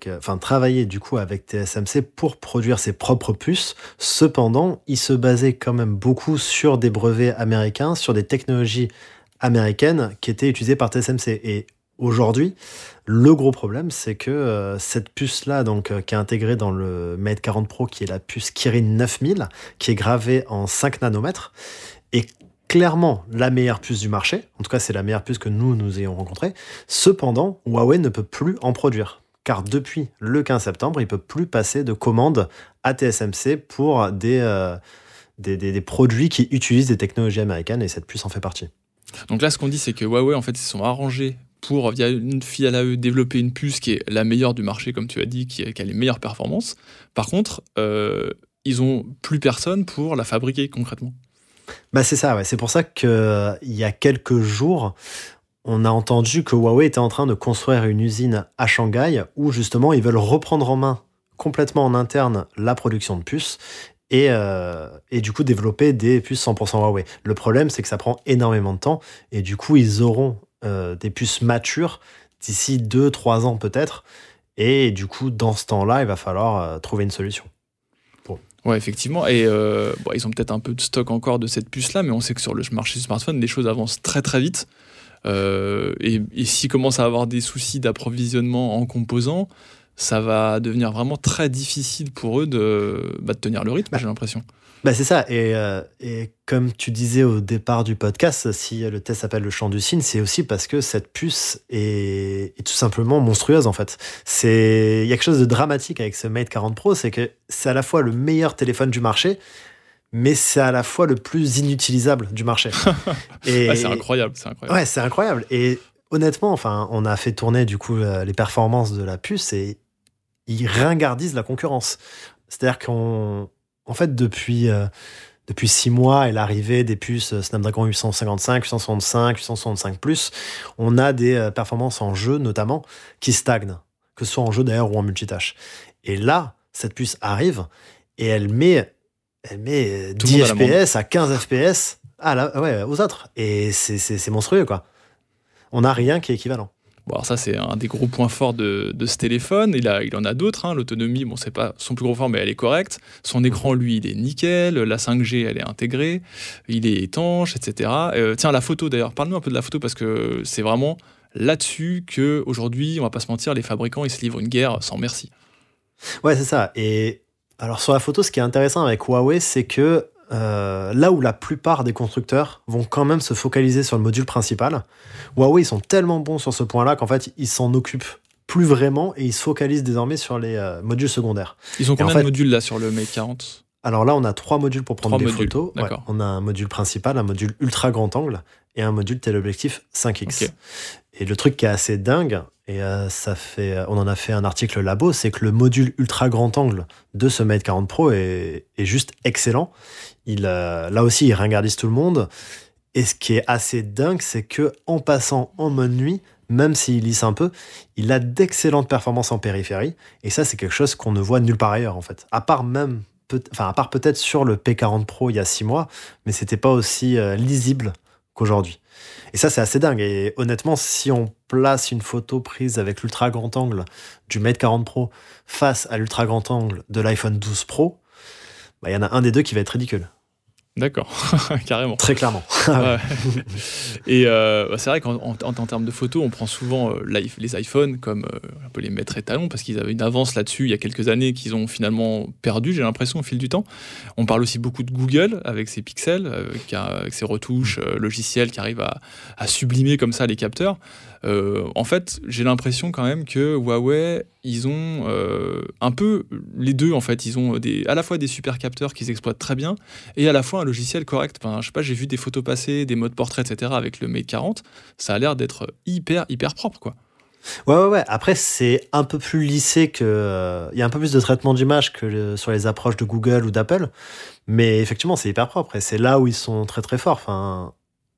du coup avec TSMC pour produire ses propres puces. Cependant, il se basait quand même beaucoup sur des brevets américains, sur des technologies américaines qui étaient utilisées par TSMC. Et aujourd'hui, le gros problème, c'est que cette puce-là, qui est intégrée dans le Mate 40 Pro, qui est la puce Kirin 9000, qui est gravée en 5 nanomètres, est clairement la meilleure puce du marché. En tout cas, c'est la meilleure puce que nous ayons rencontrée. Cependant, Huawei ne peut plus en produire, car depuis le 15 septembre, il ne peut plus passer de commandes à TSMC pour des produits qui utilisent des technologies américaines, et cette puce en fait partie. Donc là, ce qu'on dit, c'est que Huawei, en fait, ils se sont arrangés pour, via une filiale à eux, développer une puce qui est la meilleure du marché, comme tu as dit, qui a les meilleures performances. Par contre, ils n'ont plus personne pour la fabriquer concrètement. Bah c'est ça, ouais. C'est pour ça qu'il y a quelques jours, on a entendu que Huawei était en train de construire une usine à Shanghai où justement ils veulent reprendre en main complètement en interne la production de puces et du coup développer des puces 100% Huawei. Le problème, c'est que ça prend énormément de temps et du coup ils auront des puces matures d'ici 2-3 ans peut-être, et du coup dans ce temps-là il va falloir trouver une solution. Ouais, effectivement. Et ils ont peut-être un peu de stock encore de cette puce-là, mais on sait que sur le marché du smartphone, les choses avancent très très vite. Et s'ils commencent à avoir des soucis d'approvisionnement en composants, ça va devenir vraiment très difficile pour eux de tenir le rythme, j'ai l'impression. C'est ça. Et comme tu disais au départ du podcast, si le test s'appelle le chant du cygne, c'est aussi parce que cette puce est tout simplement monstrueuse, en fait. Il y a quelque chose de dramatique avec ce Mate 40 Pro, c'est que c'est à la fois le meilleur téléphone du marché, mais c'est à la fois le plus inutilisable du marché. Et c'est incroyable. Ouais, c'est incroyable. Et honnêtement, on a fait tourner du coup les performances de la puce et ils ringardisent la concurrence. C'est-à-dire en fait, depuis 6 mois et l'arrivée des puces Snapdragon 855, 865, 865+, on a des performances en jeu notamment qui stagnent, que ce soit en jeu d'ailleurs ou en multitâche. Et là, cette puce arrive et elle met 10 FPS à 15 FPS aux autres. Et c'est monstrueux, quoi. On n'a rien qui est équivalent. Bon, alors ça, c'est un des gros points forts de ce téléphone. Il en a d'autres. Hein. L'autonomie, c'est pas son plus gros fort, mais elle est correcte. Son écran, lui, il est nickel. La 5G, elle est intégrée. Il est étanche, etc. Tiens, la photo, d'ailleurs. Parle-nous un peu de la photo, parce que c'est vraiment là-dessus qu'aujourd'hui, on va pas se mentir, les fabricants, ils se livrent une guerre sans merci. Ouais, c'est ça. Et alors, sur la photo, ce qui est intéressant avec Huawei, c'est que là où la plupart des constructeurs vont quand même se focaliser sur le module principal, Huawei, ils sont tellement bons sur ce point-là qu'en fait, ils s'en occupent plus vraiment et ils se focalisent désormais sur les modules secondaires. Ils ont combien de modules là sur le Mate 40 ? Alors là, on a 3 modules pour prendre des photos. Ouais, on a un module principal, un module ultra grand angle et un module téléobjectif 5x. Okay. Et le truc qui est assez dingue, Et on en a fait un article labo, c'est que le module ultra grand angle de ce Mate 40 Pro est juste excellent. Là aussi, il ringardise tout le monde. Et ce qui est assez dingue, c'est que en passant en mode nuit, même s'il lisse un peu, il a d'excellentes performances en périphérie. Et ça, c'est quelque chose qu'on ne voit nulle part ailleurs, en fait. À part peut-être sur le P40 Pro il y a 6 mois, mais c'était pas aussi lisible qu'aujourd'hui. Et ça, c'est assez dingue. Et honnêtement, si on place une photo prise avec l'ultra grand angle du Mate 40 Pro face à l'ultra grand angle de l'iPhone 12 Pro, il y en a un des deux qui va être ridicule. D'accord, carrément. Très clairement. Ouais. Et c'est vrai qu'en termes de photos, on prend souvent les iPhones comme un peu les maîtres étalons parce qu'ils avaient une avance là-dessus il y a quelques années qu'ils ont finalement perdu, j'ai l'impression, au fil du temps. On parle aussi beaucoup de Google avec ses pixels, avec ses retouches logicielles qui arrivent à sublimer comme ça les capteurs. En fait, j'ai l'impression quand même que Huawei, ils ont un peu les deux en fait. Ils ont à la fois des super capteurs qu'ils exploitent très bien et à la fois un logiciel correct. Enfin, je sais pas, j'ai vu des photos passer, des modes portrait, etc. avec le Mate 40. Ça a l'air d'être hyper propre, quoi. Ouais. Après, c'est un peu plus lissé que. Il y a un peu plus de traitement d'image que sur les approches de Google ou d'Apple. Mais effectivement, c'est hyper propre et c'est là où ils sont très très forts. Enfin,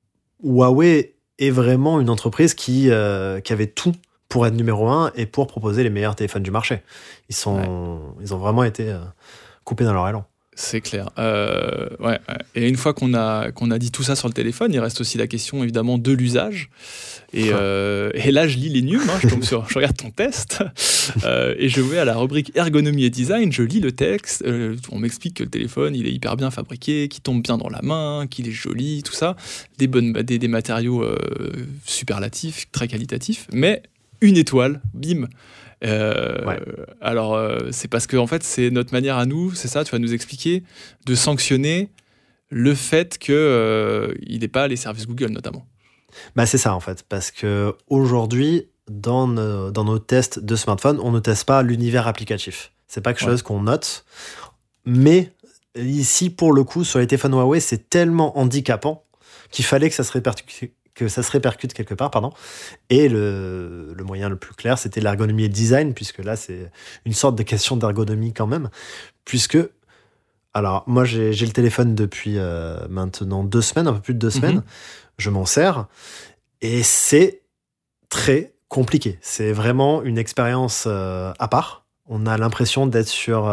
Huawei est vraiment une entreprise qui avait tout pour être numéro 1 et pour proposer les meilleurs téléphones du marché. Ils ont vraiment été coupés dans leur élan. C'est clair. Ouais. Et une fois qu'on a dit tout ça sur le téléphone, il reste aussi la question évidemment de l'usage. Et là, je lis les news, je regarde ton test et je vais à la rubrique ergonomie et design. Je lis le texte. On m'explique que le téléphone, il est hyper bien fabriqué, qu'il tombe bien dans la main, qu'il est joli, tout ça, des matériaux superlatifs, très qualitatifs. Mais une étoile, bim. Ouais. Alors, c'est parce que en fait, c'est notre manière à nous, c'est ça, tu vas nous expliquer, de sanctionner le fait qu'il n'ait pas les services Google, notamment. C'est ça, en fait, parce qu'aujourd'hui, dans nos tests de smartphone, on ne teste pas l'univers applicatif. C'est pas quelque chose qu'on note, mais ici, pour le coup, sur les téléphones Huawei, c'est tellement handicapant qu'il fallait que ça se répercute quelque part, pardon. Et le moyen le plus clair, c'était l'ergonomie et le design, puisque là, c'est une sorte de question d'ergonomie quand même, puisque, alors, moi, j'ai le téléphone depuis maintenant 2 semaines, un peu plus de 2 semaines, je m'en sers, et c'est très compliqué. C'est vraiment une expérience à part. On a l'impression d'être sur...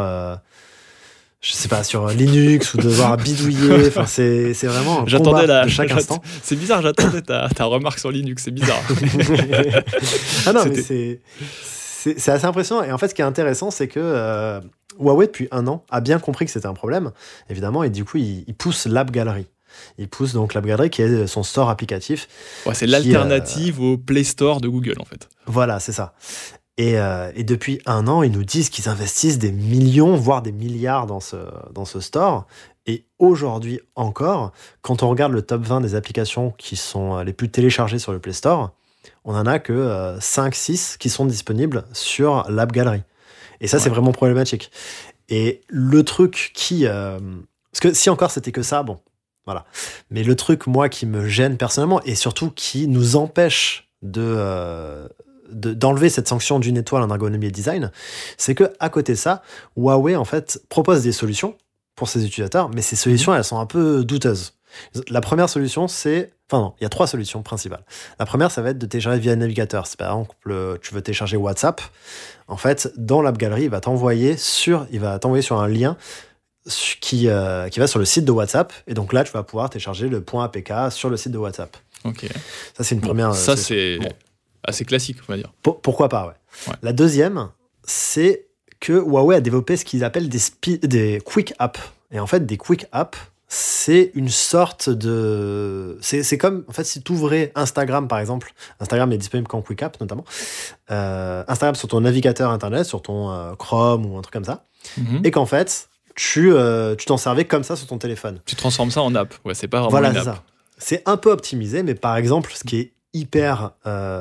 je sais pas, sur Linux ou devoir bidouiller. Enfin, c'est vraiment un combat de chaque instant. C'est bizarre, j'attendais ta remarque sur Linux, c'est bizarre. Ah non, mais c'est assez impressionnant. Et en fait, ce qui est intéressant, c'est que Huawei, depuis 1 an, a bien compris que c'était un problème, évidemment, et du coup, il pousse l'App Gallery. Il pousse donc l'App Gallery, qui est son store applicatif. Ouais, c'est l'alternative au Play Store de Google, en fait. Voilà, c'est ça. Et depuis 1 an, ils nous disent qu'ils investissent des millions, voire des milliards dans ce store. Et aujourd'hui encore, quand on regarde le top 20 des applications qui sont les plus téléchargées sur le Play Store, on n'en a que 5-6 qui sont disponibles sur l'App Gallery. Et ça, c'est vraiment problématique. Et le truc parce que si encore c'était que ça, bon, voilà. Mais le truc, moi, qui me gêne personnellement, et surtout qui nous empêche d'enlever cette sanction d'une étoile en ergonomie et design, c'est que à côté de ça, Huawei en fait propose des solutions pour ses utilisateurs, mais ces solutions elles sont un peu douteuses. La première solution, il y a 3 solutions principales. La première, ça va être de télécharger via navigateur. Si par exemple tu veux télécharger WhatsApp, en fait, dans l'App Gallery, il va t'envoyer sur un lien qui va sur le site de WhatsApp, et donc là, tu vas pouvoir télécharger le .apk sur le site de WhatsApp. Ok. Ça, c'est une première. Ça, c'est assez classique, on va dire. Pourquoi pas, ouais. La deuxième, c'est que Huawei a développé ce qu'ils appellent des quick apps. Et en fait, des quick apps, c'est une sorte de... C'est comme, en fait, si tu ouvrais Instagram, par exemple. Instagram est disponible qu'en quick app, notamment. Instagram sur ton navigateur Internet, sur ton Chrome ou un truc comme ça. Et qu'en fait, tu t'en servais comme ça sur ton téléphone. Tu transformes ça en app. Ouais, c'est pas vraiment une app. Ça. C'est un peu optimisé, mais par exemple, ce qui est hyper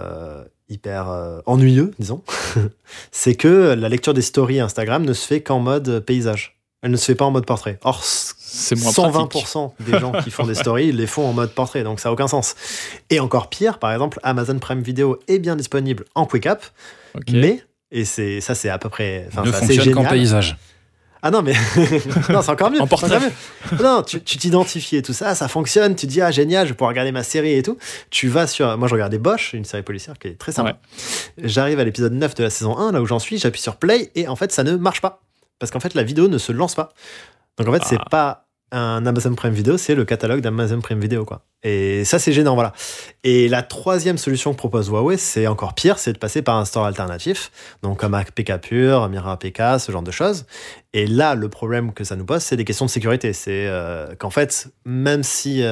ennuyeux, disons, c'est que la lecture des stories Instagram ne se fait qu'en mode paysage. Elle ne se fait pas en mode portrait. Or, c'est moins pratique. 120% des gens qui font des stories, ils les font en mode portrait, donc ça n'a aucun sens. Et encore pire, par exemple, Amazon Prime Video est bien disponible en Quick App, mais, et c'est à peu près... Ne fonctionne qu'en paysage. Ah non, mais non, c'est encore mieux. En portrait. Non, tu t'identifies et tout ça, ça fonctionne. Tu dis, ah génial, je vais pouvoir regarder ma série et tout. Tu vas sur. Moi, je regardais Bosch, une série policière qui est très sympa. Ouais. J'arrive à l'épisode 9 de la saison 1, là où j'en suis, j'appuie sur Play et en fait, ça ne marche pas. Parce qu'en fait, la vidéo ne se lance pas. Donc en fait, c'est pas un Amazon Prime Video, c'est le catalogue d'Amazon Prime Video, quoi. Et ça, c'est gênant, voilà. Et la troisième solution que propose Huawei, c'est encore pire, c'est de passer par un store alternatif, donc comme APK Pure, Mira APK, ce genre de choses. Et là, le problème que ça nous pose, c'est des questions de sécurité. C'est qu'en fait, même si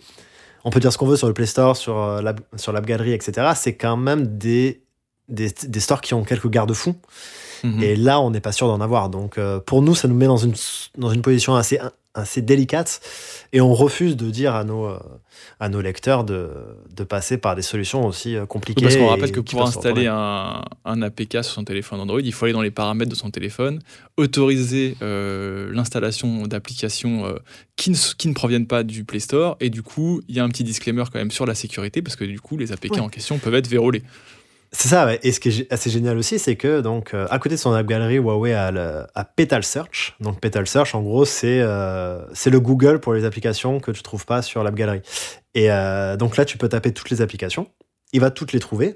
on peut dire ce qu'on veut sur le Play Store, sur l'App Gallery, etc., c'est quand même des stores qui ont quelques garde-fous. Et là, on n'est pas sûr d'en avoir. Donc, pour nous, ça nous met dans une position assez délicate et on refuse de dire à nos lecteurs de passer par des solutions aussi compliquées. Parce qu'on rappelle que pour installer un APK sur son téléphone Android, il faut aller dans les paramètres de son téléphone, autoriser l'installation d'applications qui ne proviennent pas du Play Store, et du coup, il y a un petit disclaimer quand même sur la sécurité, parce que du coup, les APK en question peuvent être vérolés. C'est ça, ouais. Et ce qui est assez génial aussi, c'est que donc à côté de son App Gallery, Huawei a Petal Search. Donc Petal Search, en gros, c'est le Google pour les applications que tu trouves pas sur l'App Gallery. Et donc là, tu peux taper toutes les applications, il va toutes les trouver,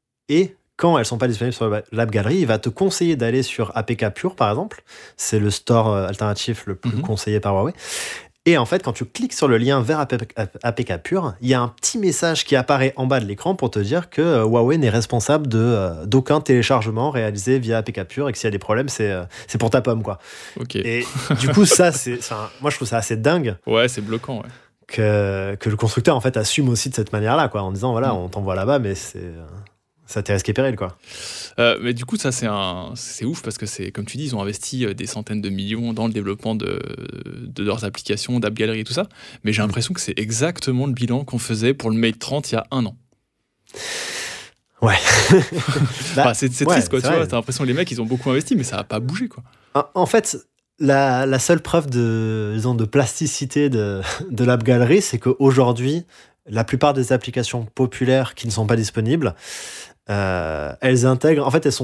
et quand elles sont pas disponibles sur l'App Gallery, il va te conseiller d'aller sur APK Pure, par exemple. C'est le store alternatif le plus conseillé par Huawei. Et en fait, quand tu cliques sur le lien vers APK Pure, il y a un petit message qui apparaît en bas de l'écran pour te dire que Huawei n'est responsable d'aucun téléchargement réalisé via APK Pure et que s'il y a des problèmes, c'est pour ta pomme, quoi. Ok. Et du coup, moi, je trouve ça assez dingue. Ouais, c'est bloquant, ouais. Que le constructeur, en fait, assume aussi de cette manière-là, quoi, en disant, voilà, on t'envoie là-bas, mais ça t'est risqué péril, quoi. Mais du coup, ça, c'est ouf parce que c'est, comme tu dis, ils ont investi des centaines de millions dans le développement de leurs applications, d'App Gallery et tout ça. Mais j'ai l'impression que c'est exactement le bilan qu'on faisait pour le Mate 30 il y a 1 an. Ouais. C'est triste, quoi. Tu vois, t'as l'impression que les mecs, ils ont beaucoup investi, mais ça n'a pas bougé, quoi. En fait, la seule preuve de plasticité de l'App Gallery, c'est qu'aujourd'hui, la plupart des applications populaires qui ne sont pas disponibles, elles intègrent... En fait,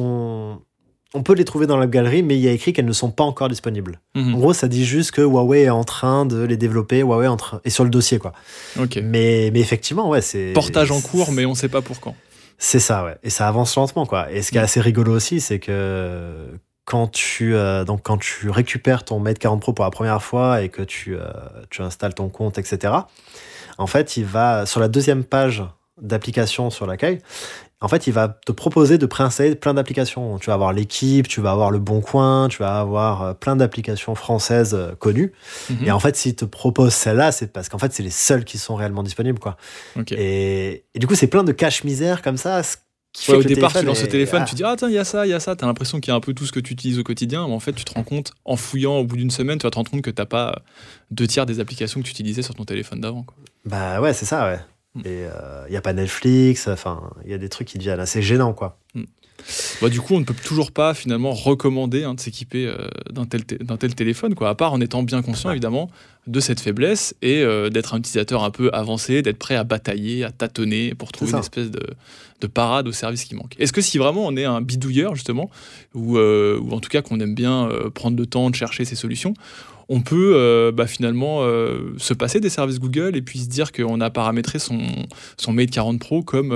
on peut les trouver dans l'App Gallery, mais il y a écrit qu'elles ne sont pas encore disponibles. En gros, ça dit juste que Huawei est en train de les développer, est sur le dossier, quoi. Okay. Mais effectivement, ouais, c'est... Portage en cours, mais on ne sait pas pour quand. C'est ça, ouais. Et ça avance lentement, quoi. Et ce qui est assez rigolo aussi, c'est que quand tu récupères ton Mate 40 Pro pour la première fois et que tu installes ton compte, etc., en fait, il va, sur la deuxième page d'application sur l'accueil, en fait, il va te proposer de préinstaller plein d'applications. Tu vas avoir l'équipe, tu vas avoir le Bon Coin, tu vas avoir plein d'applications françaises connues. Et en fait, s'il te propose celle-là, c'est parce qu'en fait, c'est les seules qui sont réellement disponibles, quoi. Okay. Et du coup, c'est plein de cache-misère comme ça. Au départ, tu lances le téléphone, tu dis ah tiens, il y a ça. T'as l'impression qu'il y a un peu tout ce que tu utilises au quotidien, mais en fait, tu te rends compte, en fouillant au bout d'une semaine, tu vas te rendre compte que t'as pas 2/3 des applications que tu utilisais sur ton téléphone d'avant, quoi. Bah ouais, c'est ça, ouais. Et il y a pas Netflix, enfin, il y a des trucs qui deviennent assez gênants, quoi. Bah, du coup, on ne peut toujours pas finalement recommander de s'équiper d'un tel téléphone, quoi, à part en étant bien conscient, évidemment, de cette faiblesse et d'être un utilisateur un peu avancé, d'être prêt à batailler, à tâtonner pour trouver une espèce de parade au service qui manque. Est-ce que si vraiment on est un bidouilleur, justement, ou en tout cas qu'on aime bien prendre le temps de chercher ces solutions, on peut finalement se passer des services Google et puis se dire qu'on a paramétré son Mate 40 Pro comme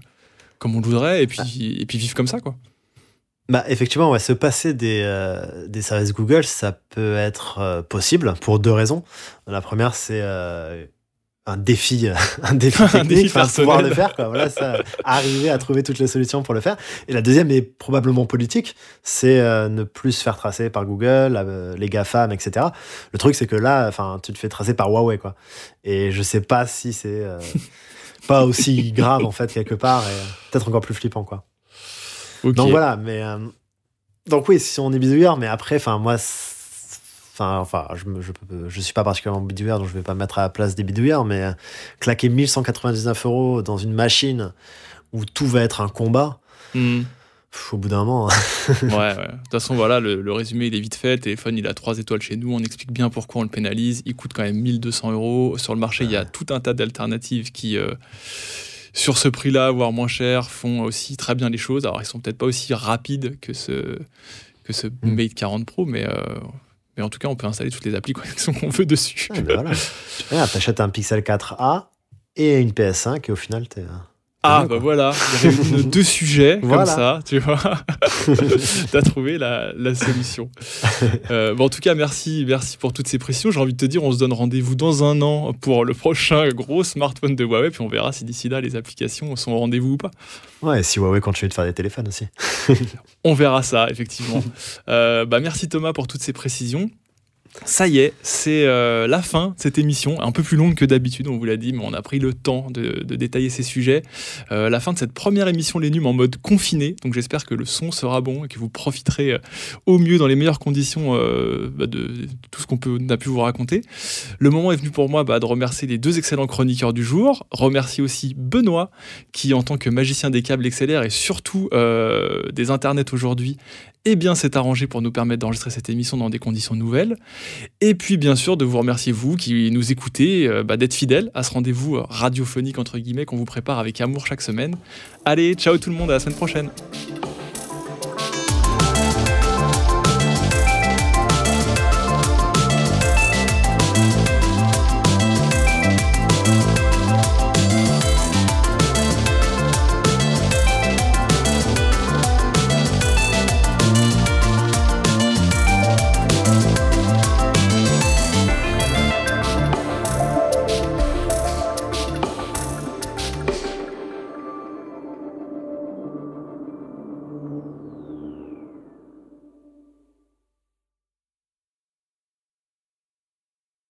on le voudrait et puis vivre comme ça, quoi. Bah effectivement, ouais, se passer des services Google, ça peut être possible pour 2 raisons. La première, c'est un défi technique, pouvoir le faire, quoi. Voilà, ça, arriver à trouver toutes les solutions pour le faire. Et la deuxième est probablement politique, c'est ne plus se faire tracer par Google, les GAFAM, etc. Le truc, c'est que là, tu te fais tracer par Huawei, quoi. Et je sais pas si c'est pas aussi grave, en fait, quelque part, et peut-être encore plus flippant, quoi. Okay. Donc voilà, mais donc oui, si on est bidouilleur, mais après, moi, je suis pas particulièrement bidouilleur, donc je vais pas me mettre à la place des bidouilleurs, mais claquer 1 199 € dans une machine où tout va être un combat, Au bout d'un moment. Ouais. De toute façon, voilà, le résumé, il est vite fait. Le téléphone, il a 3 étoiles chez nous. On explique bien pourquoi on le pénalise. Il coûte quand même 1 200 €. Sur le marché, il y a tout un tas d'alternatives qui, sur ce prix-là, voire moins cher, font aussi très bien les choses. Alors, ils sont peut-être pas aussi rapides que ce Mate 40 Pro, mais en tout cas, on peut installer toutes les applications qu'on veut dessus. Ouais, ben voilà. T'achètes un Pixel 4a et une PS5 et au final, t'es... Ah, bah voilà, il réunit 2 sujets Voilà. comme ça, tu vois. T'as trouvé la solution. En tout cas, merci pour toutes ces précisions. J'ai envie de te dire, on se donne rendez-vous dans un an pour le prochain gros smartphone de Huawei, puis on verra si d'ici là, les applications sont au rendez-vous ou pas. Ouais, et si Huawei continue de faire des téléphones aussi. On verra ça, effectivement. Merci Thomas pour toutes ces précisions. Ça y est, c'est la fin de cette émission, un peu plus longue que d'habitude, on vous l'a dit, mais on a pris le temps de détailler ces sujets. La fin de cette première émission Les Num en mode confiné, donc j'espère que le son sera bon et que vous profiterez au mieux dans les meilleures conditions de tout ce qu'on a pu vous raconter. Le moment est venu pour moi de remercier les 2 excellents chroniqueurs du jour, remercier aussi Benoît, qui en tant que magicien des câbles XLR et surtout des internets aujourd'hui, s'est arrangé pour nous permettre d'enregistrer cette émission dans des conditions nouvelles. Et puis, bien sûr, de vous remercier, vous, qui nous écoutez, d'être fidèles à ce rendez-vous radiophonique, entre guillemets, qu'on vous prépare avec amour chaque semaine. Allez, ciao tout le monde, à la semaine prochaine.